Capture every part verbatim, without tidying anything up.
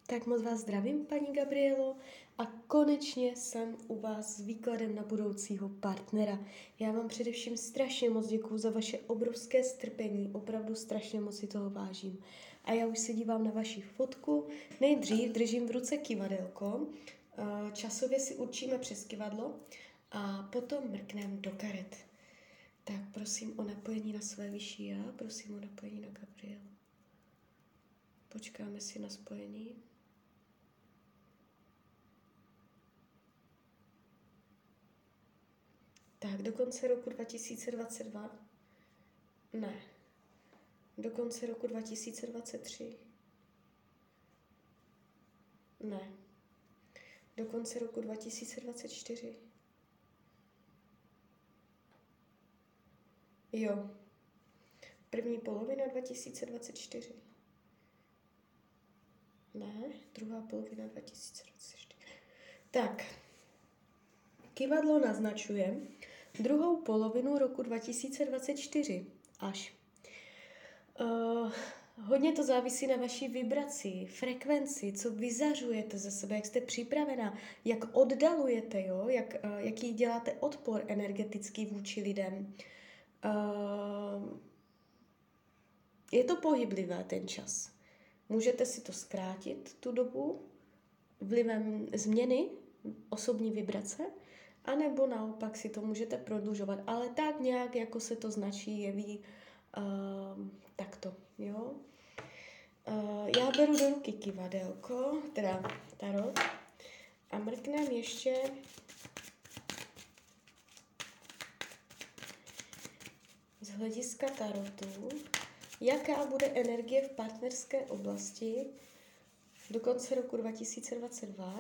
Tak moc vás zdravím, paní Gabrielo, a konečně jsem u vás s výkladem na budoucího partnera. Já vám především strašně moc děkuju za vaše obrovské strpení, opravdu strašně moc si toho vážím. A já už se dívám na vaši fotku. Nejdřív držím v ruce kyvadelko, časově si určíme přes kyvadlo a potom mrkneme do karet. Tak prosím o napojení na své vyšší já, prosím o napojení na Gabrielu. Počkáme si na spojení. Tak, do konce roku dva tisíce dvacet dva? Ne. Do konce roku dva tisíce dvacet tři? Ne. Do konce roku dva tisíce dvacet čtyři? Jo. První polovina dva tisíce dvacet čtyři? Ne. Druhá polovina dva tisíce dvacet čtyři. Tak. Kyvadlo naznačuje druhou polovinu roku dva tisíce dvacet čtyři až. Uh, hodně to závisí na vaší vibraci, frekvenci, co vyzařujete ze sebe, jak jste připravená, jak oddalujete, jo? Jak, uh, jaký děláte odpor energetický vůči lidem. Uh, je to pohyblivé ten čas. Můžete si to zkrátit, tu dobu, vlivem změny osobní vibrace, anebo naopak si to můžete prodlužovat, ale tak nějak, jako se to značí, jeví uh, takto, jo. Uh, já beru do ruky kyvadelko, teda tarot, a mrknem ještě z hlediska tarotu, jaká bude energie v partnerské oblasti do konce roku dva tisíce dvacet dva.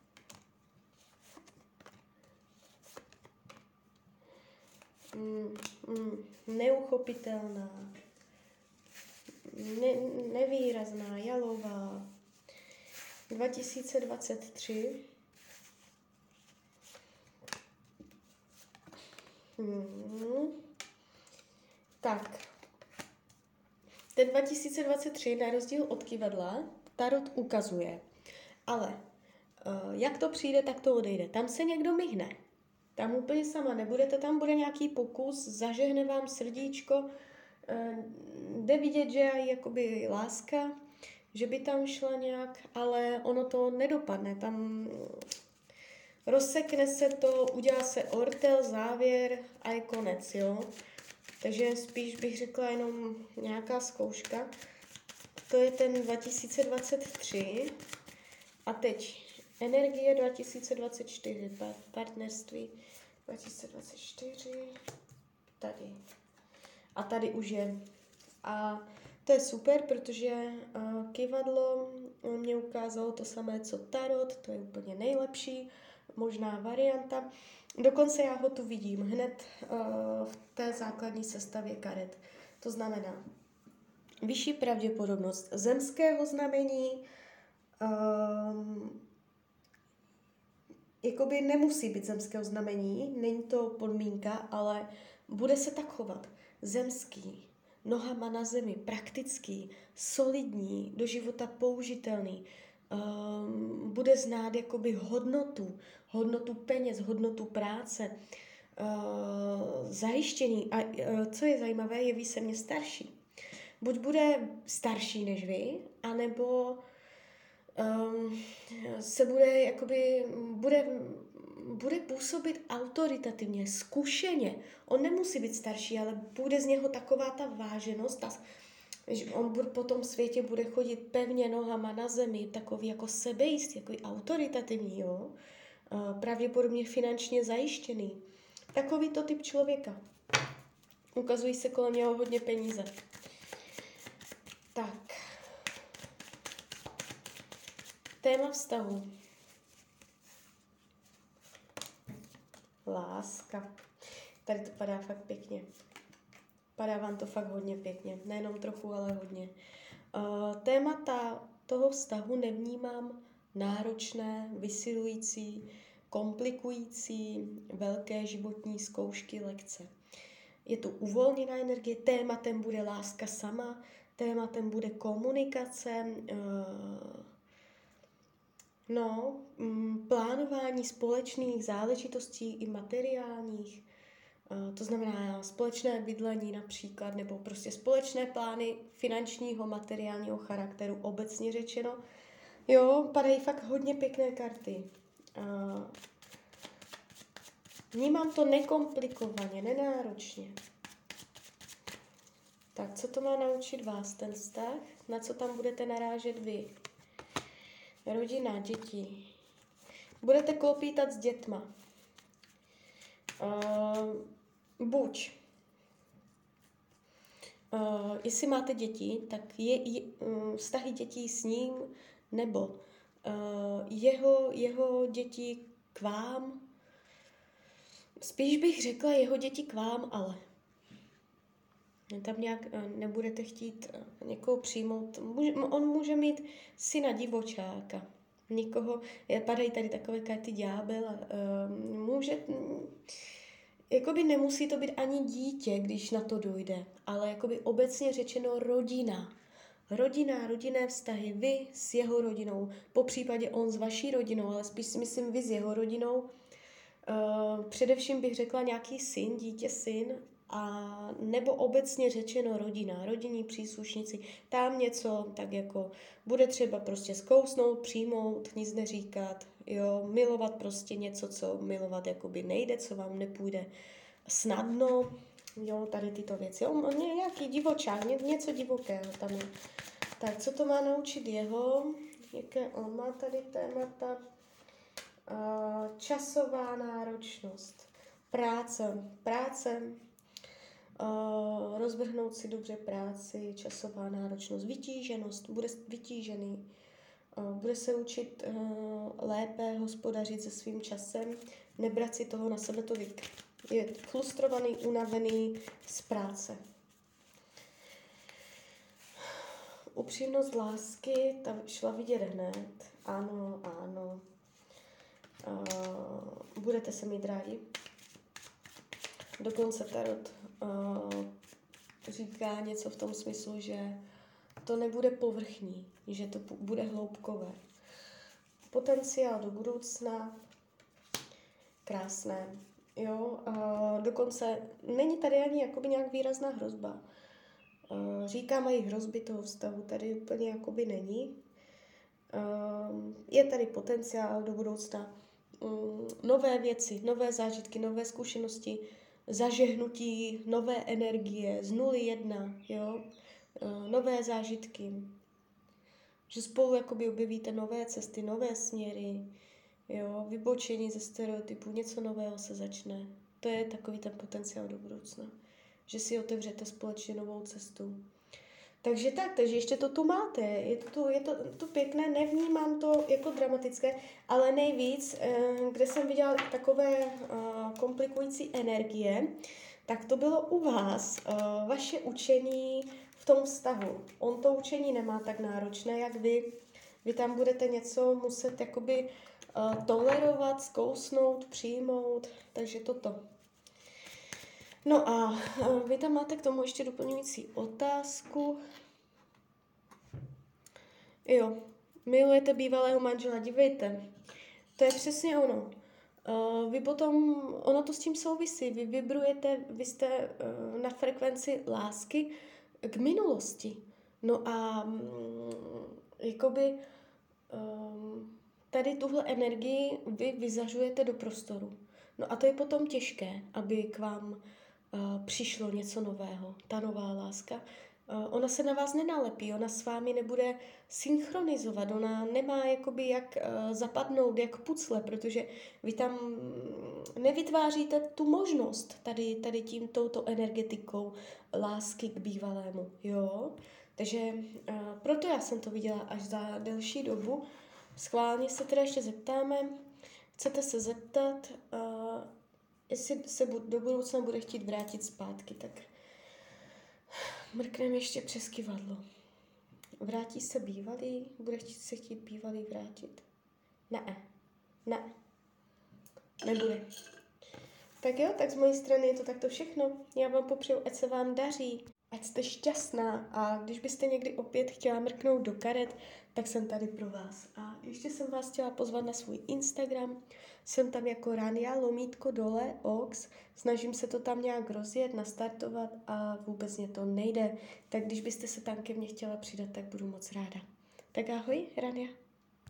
Mm, mm, neuchopitelná, ne, nevýrazná, jalová. dva tisíce dvacet tři. Mm. Tak. Ten dva tisíce dvacet tři, na rozdíl od kyvadla, tarot ukazuje. Ale uh, jak to přijde, tak to odejde. Tam se někdo myhne. Tam úplně sama nebudete, tam bude nějaký pokus, zažehne vám srdíčko, jde vidět, že je jakoby láska, že by tam šla nějak, ale ono to nedopadne, tam rozsekne se to, udělá se ortel, závěr a je konec, jo. Takže spíš bych řekla jenom nějaká zkouška. To je ten dva tisíce dvacet tři a teď energie dva tisíce dvacet čtyři, partnerství dva tisíce dvacet čtyři, tady. A tady už je. A to je super, protože uh, kyvadlo mě ukázalo to samé, co tarot, to je úplně nejlepší, možná varianta. Dokonce já ho tu vidím hned uh, v té základní sestavě karet. To znamená vyšší pravděpodobnost zemského znamení, um, jakoby nemusí být zemského znamení, není to podmínka, ale bude se tak chovat. Zemský, nohama na zemi, praktický, solidní, do života použitelný, um, bude znát jakoby hodnotu, hodnotu peněz, hodnotu práce, uh, zajištění. A uh, co je zajímavé, jeví se mně starší. Buď bude starší než vy, anebo um, se bude jakoby, bude, bude působit autoritativně, zkušeně. On nemusí být starší, ale bude z něho taková ta váženost, ta, že on bude, po tom světě bude chodit pevně nohama na zemi, takový jako sebejistý, jako autoritativní, jo? Uh, pravděpodobně finančně zajištěný. Takovýto typ člověka. Ukazují se kolem něho hodně peníze. Tak. Téma vztahu. Láska. Tady to padá fakt pěkně. Padá vám to fakt hodně pěkně. Nejenom trochu, ale hodně. Uh, témata toho vztahu nevnímám náročné, vysilující, komplikující, velké životní zkoušky, lekce. Je tu uvolněná energie, tématem bude láska sama, tématem bude komunikace, uh, No, mm, plánování společných záležitostí i materiálních, uh, to znamená společné bydlení například, nebo prostě společné plány finančního, materiálního charakteru, obecně řečeno. Jo, padají fakt hodně pěkné karty. Uh, vnímám to nekomplikovaně, nenáročně. Tak, co to má naučit vás, ten vztah? Na co tam budete narážet vy? Rodina, děti. Budete klopítat s dětma. Uh, buď. Uh, jestli máte děti, tak je, je uh, vztahy dětí s ním, nebo uh, jeho, jeho děti k vám. Spíš bych řekla jeho děti k vám, ale tam nějak uh, nebudete chtít uh, někoho přijmout. Může, on může mít syna divočáka. Někoho, padají tady takové karty ďábel, uh, může, jakoby nemusí to být ani dítě, když na to dojde, ale jakoby obecně řečeno rodina. Rodina, rodinné vztahy, vy s jeho rodinou, po případě on s vaší rodinou, ale spíš si myslím vy s jeho rodinou. Uh, především bych řekla nějaký syn, dítě, syn, a nebo obecně řečeno rodina, rodinní příslušníci, tam něco tak jako bude třeba prostě zkousnout, přijmout, nic neříkat, jo, milovat prostě něco, co milovat jakoby nejde, co vám nepůjde snadno, jo, tady tyto věci. On nějaký divočák, ně, něco divokého tam je. Tak, co to má naučit jeho? Jaké on má tady témata? Uh, časová náročnost, práce, práce, Uh, rozvrhnout si dobře práci, časová náročnost, vytíženost, bude vytížený, uh, bude se učit uh, lépe hospodařit se svým časem, nebrat si toho na sebe tolik. Je frustrovaný, unavený z práce. Upřímnost lásky, ta šla vidět hned. Ano, ano. Uh, budete se mít rádi. Dokonce tarot uh, říká něco v tom smyslu, že to nebude povrchní, že to bude hloubkové. Potenciál do budoucna, krásné. Jo, uh, dokonce není tady ani jakoby nějak výrazná hrozba. Uh, říká, mají hrozby toho vztahu, tady úplně jakoby není. Uh, je tady potenciál do budoucna. Um, nové věci, nové zážitky, nové zkušenosti, zažehnutí, nové energie, z nuly jedna, jo, uh, nové zážitky. Že spolu jakoby objevíte nové cesty, nové směry, jo, vybočení ze stereotypů, něco nového se začne. To je takový ten potenciál do budoucna. Že si otevřete společně novou cestu. Takže tak, takže ještě to tu máte. Je to, je to, to pěkné, nevnímám to jako dramatické, ale nejvíc, kde jsem viděla takové komplikující energie, tak to bylo u vás, vaše učení v tom vztahu. On to učení nemá tak náročné, jak vy. Vy tam budete něco muset jakoby tolerovat, zkousnout, přijmout, takže toto. No a vy tam máte k tomu ještě doplňující otázku. Jo, milujete bývalého manžela, dívejte. To je přesně ono. Uh, vy potom, ono to s tím souvisí, vy vibrujete, vy jste uh, na frekvenci lásky k minulosti. No a um, jakoby um, tady tuhle energii vy vyzařujete do prostoru. No a to je potom těžké, aby k vám uh, přišlo něco nového, ta nová láska. Uh, ona se na vás nenalepí, ona s vámi nebude synchronizovat, ona nemá jakoby jak uh, zapadnout, jak pucle, protože vy tam nevytváříte tu možnost tady, tady tím touto energetikou lásky k bývalému, jo. Takže uh, proto já jsem to viděla až za delší dobu. Schválně se teda ještě zeptáme, chcete se zeptat, uh, jestli se do budoucna bude chtít vrátit zpátky, tak mrkneme ještě přes kyvadlo. Vrátí se bývalý? Bude chtít se chtít bývalý vrátit? Ne. Ne. Nebude. Tak jo, tak z mojí strany je to takto všechno. Já vám popřeju, ať se vám daří. ať jste šťastná a když byste někdy opět chtěla mrknout do karet, tak jsem tady pro vás. A ještě jsem vás chtěla pozvat na svůj Instagram, jsem tam jako Rania lomítko dole ox, snažím se to tam nějak rozjet, nastartovat a vůbec mě to nejde. Tak když byste se tam ke mně chtěla přidat, tak budu moc ráda. Tak ahoj, Rania.